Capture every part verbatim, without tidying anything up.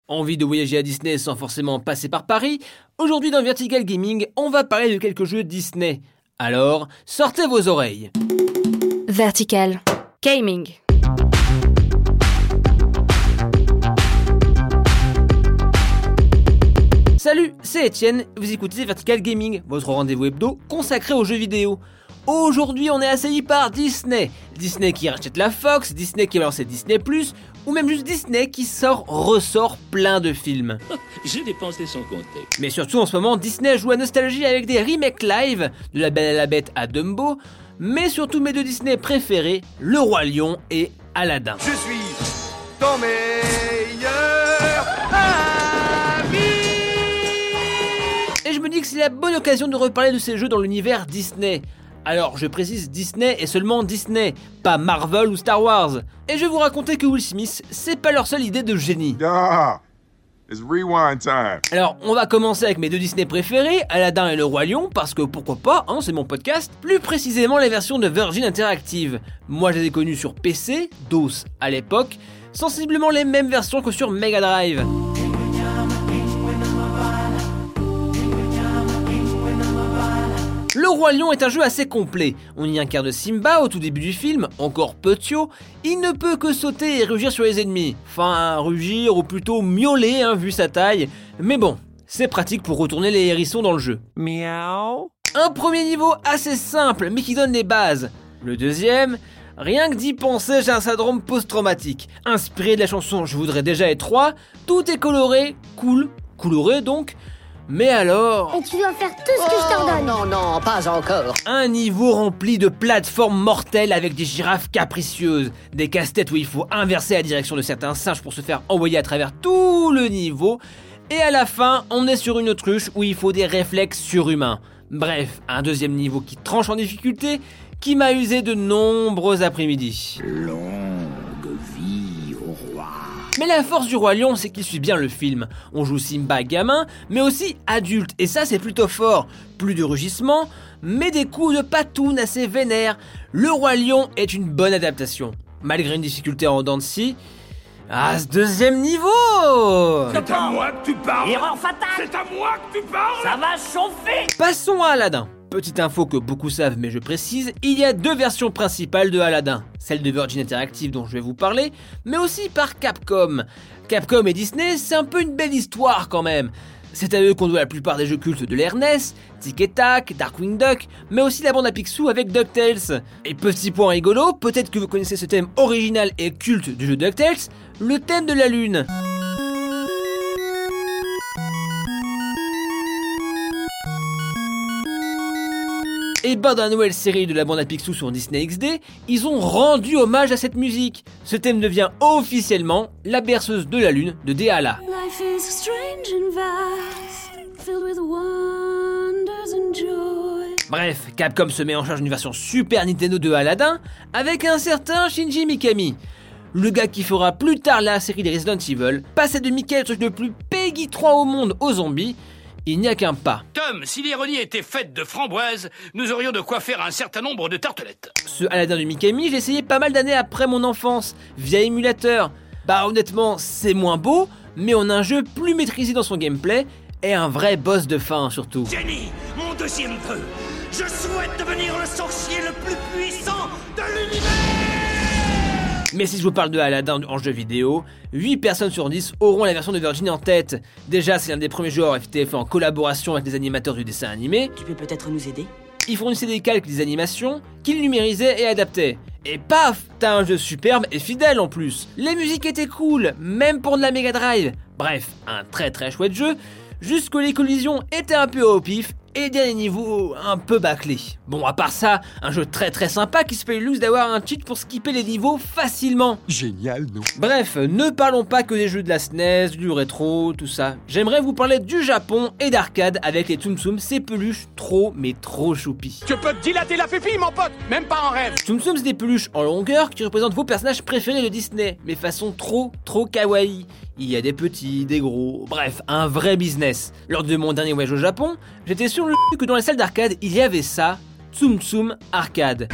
Envie de voyager à Disney sans forcément passer par Paris? Aujourd'hui dans Vertical Gaming, on va parler de quelques jeux Disney. Alors, sortez vos oreilles. Vertical Gaming. Salut, c'est Etienne, vous écoutez Vertical Gaming, votre rendez-vous hebdo consacré aux jeux vidéo. Aujourd'hui, on est assailli par Disney. Disney qui rachète la Fox, Disney qui va lancer Disney plus, ou même juste Disney qui sort, ressort plein de films. J'ai dépensé sans compter. Mais surtout en ce moment, Disney joue à nostalgie avec des remakes live, de La Belle et la Bête à Dumbo, mais surtout mes deux Disney préférés, Le Roi Lion et Aladdin. Je suis ton meilleur ami. Et je me dis que c'est la bonne occasion de reparler de ces jeux dans l'univers Disney. Alors, je précise Disney et seulement Disney, pas Marvel ou Star Wars. Et je vais vous raconter que Will Smith, c'est pas leur seule idée de génie. Ah, it's rewind time. Alors, on va commencer avec mes deux Disney préférés, Aladdin et Le Roi Lion, parce que pourquoi pas, hein, c'est mon podcast. Plus précisément les versions de Virgin Interactive. Moi, je les ai connues sur P C, DOS à l'époque, sensiblement les mêmes versions que sur Mega Drive. Le Roi Lion est un jeu assez complet. On y incarne Simba au tout début du film, encore petio. Il ne peut que sauter et rugir sur les ennemis. Enfin, rugir ou plutôt miauler, hein, vu sa taille. Mais bon, c'est pratique pour retourner les hérissons dans le jeu. Miaou. Un premier niveau assez simple, mais qui donne les bases. Le deuxième, rien que d'y penser, j'ai un syndrome post-traumatique. Inspiré de la chanson Je voudrais déjà être roi, tout est coloré, cool, coloré donc. Mais alors... Et tu dois faire tout ce que je t'ordonne. Non, non, pas encore. Un niveau rempli de plateformes mortelles avec des girafes capricieuses, des casse-têtes où il faut inverser la direction de certains singes pour se faire envoyer à travers tout le niveau, et à la fin, on est sur une autruche où il faut des réflexes surhumains. Bref, un deuxième niveau qui tranche en difficulté, qui m'a usé de nombreux après-midi. Longue vie au roi. Mais la force du Roi Lion, c'est qu'il suit bien le film. On joue Simba gamin, mais aussi adulte, et ça c'est plutôt fort. Plus de rugissements, mais des coups de patoune assez vénères. Le Roi Lion est une bonne adaptation, malgré une difficulté en dents de scie. Ah, ce deuxième niveau! C'est à moi que tu parles. Erreur fatale. C'est à moi que tu parles. Ça va chauffer. Passons à Aladdin. Petite info que beaucoup savent mais je précise, il y a deux versions principales de Aladdin. Celle de Virgin Interactive dont je vais vous parler, mais aussi par Capcom. Capcom et Disney, c'est un peu une belle histoire quand même. C'est à eux qu'on doit la plupart des jeux cultes de l'Air N E S, Tic et Tac, Darkwing Duck, mais aussi la bande à Picsou avec DuckTales. Et petit point rigolo, peut-être que vous connaissez ce thème original et culte du jeu DuckTales, le thème de la lune. Et bah dans la nouvelle série de la bande à Picsou sur Disney X D, ils ont rendu hommage à cette musique. Ce thème devient officiellement la berceuse de la lune de Déhala. Life is strange and vast, filled with wonders and joy. Bref, Capcom se met en charge d'une version Super Nintendo de Aladdin avec un certain Shinji Mikami. Le gars qui fera plus tard la série des Resident Evil, passer de Mickey le truc le plus Peggy trois au monde aux zombies, il n'y a qu'un pas. Tom, si l'ironie était faite de framboises, nous aurions de quoi faire un certain nombre de tartelettes. Ce Aladdin de Mikami, j'ai essayé pas mal d'années après mon enfance, via émulateur. Bah honnêtement, c'est moins beau, mais on a un jeu plus maîtrisé dans son gameplay, et un vrai boss de fin surtout. Jenny, mon deuxième vœu. Je souhaite devenir le sorcier le plus puissant de l'univers. Mais si je vous parle de Aladdin en jeu vidéo, huit personnes sur dix auront la version de Virgin en tête. Déjà, c'est l'un des premiers jeux à avoir été fait en collaboration avec les animateurs du dessin animé. Tu peux peut-être nous aider? Ils fournissaient des calques des animations, qu'ils numérisaient et adaptaient. Et paf, t'as un jeu superbe et fidèle en plus. Les musiques étaient cool, même pour de la Mega Drive. Bref, un très très chouette jeu, juste que les collisions étaient un peu au pif et des niveaux un peu bâclés. Bon, à part ça, un jeu très très sympa qui se fait l'use d'avoir un cheat pour skipper les niveaux facilement. Génial, non? Bref, ne parlons pas que des jeux de la S N E S, du rétro, tout ça. J'aimerais vous parler du Japon et d'arcade avec les Tsum Tsum, ces peluches trop mais trop choupies. Tu peux te dilater la pupille, mon pote, même pas en rêve. Tsum Tsum, c'est des peluches en longueur qui représentent vos personnages préférés de Disney, mais façon trop trop kawaii. Il y a des petits, des gros, bref, un vrai business. Lors de mon dernier voyage au Japon, j'étais sur le que dans les salles d'arcade, il y avait ça, Tsum Tsum Arcade.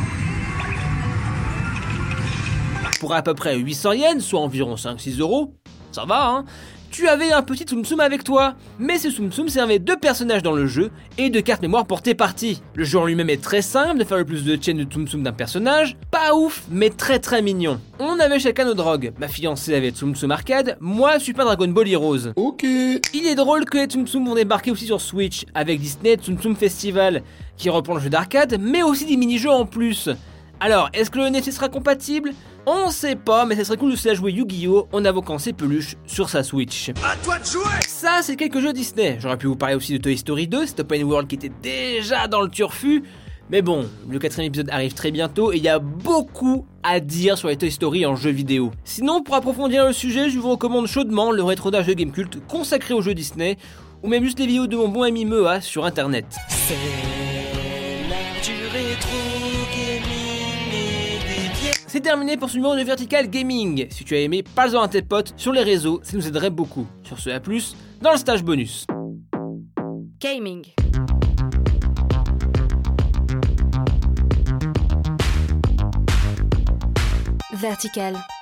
Pour à peu près huit cents yens, soit environ cinq six euros, Ça va, hein? Tu avais un petit Tsum Tsum avec toi, mais ce Tsum Tsum servait de personnages dans le jeu et de cartes mémoire pour tes parties. Le jeu en lui-même est très simple, de faire le plus de chaînes de Tsum Tsum d'un personnage, pas ouf, mais très très mignon. On avait chacun nos drogues, ma fiancée avait Tsum Tsum Arcade, moi Super Dragon Ball Heroes. Ok. Il est drôle que les Tsum Tsum vont débarquer aussi sur Switch, avec Disney Tsum Tsum Festival, qui reprend le jeu d'arcade, mais aussi des mini-jeux en plus. Alors, est-ce que le N F C sera compatible ? On sait pas, mais ça serait cool de se la jouer Yu-Gi-Oh! En invoquant ses peluches sur sa Switch. À toi de jouer. Ça, c'est quelques jeux Disney. J'aurais pu vous parler aussi de Toy Story deux, cet open world qui était déjà dans le turfu. Mais bon, le quatrième épisode arrive très bientôt et il y a beaucoup à dire sur les Toy Story en jeu vidéo. Sinon, pour approfondir le sujet, je vous recommande chaudement le rétrodage de Gamecult consacré aux jeux Disney, ou même juste les vidéos de mon bon ami Mea sur internet. C'est l'heure du rétro gaming et des vieilles. C'est terminé pour ce numéro de Vertical Gaming. Si tu as aimé, parle-en à tes potes sur les réseaux, ça nous aiderait beaucoup. Sur ce, à plus dans le stage bonus. Gaming. Vertical.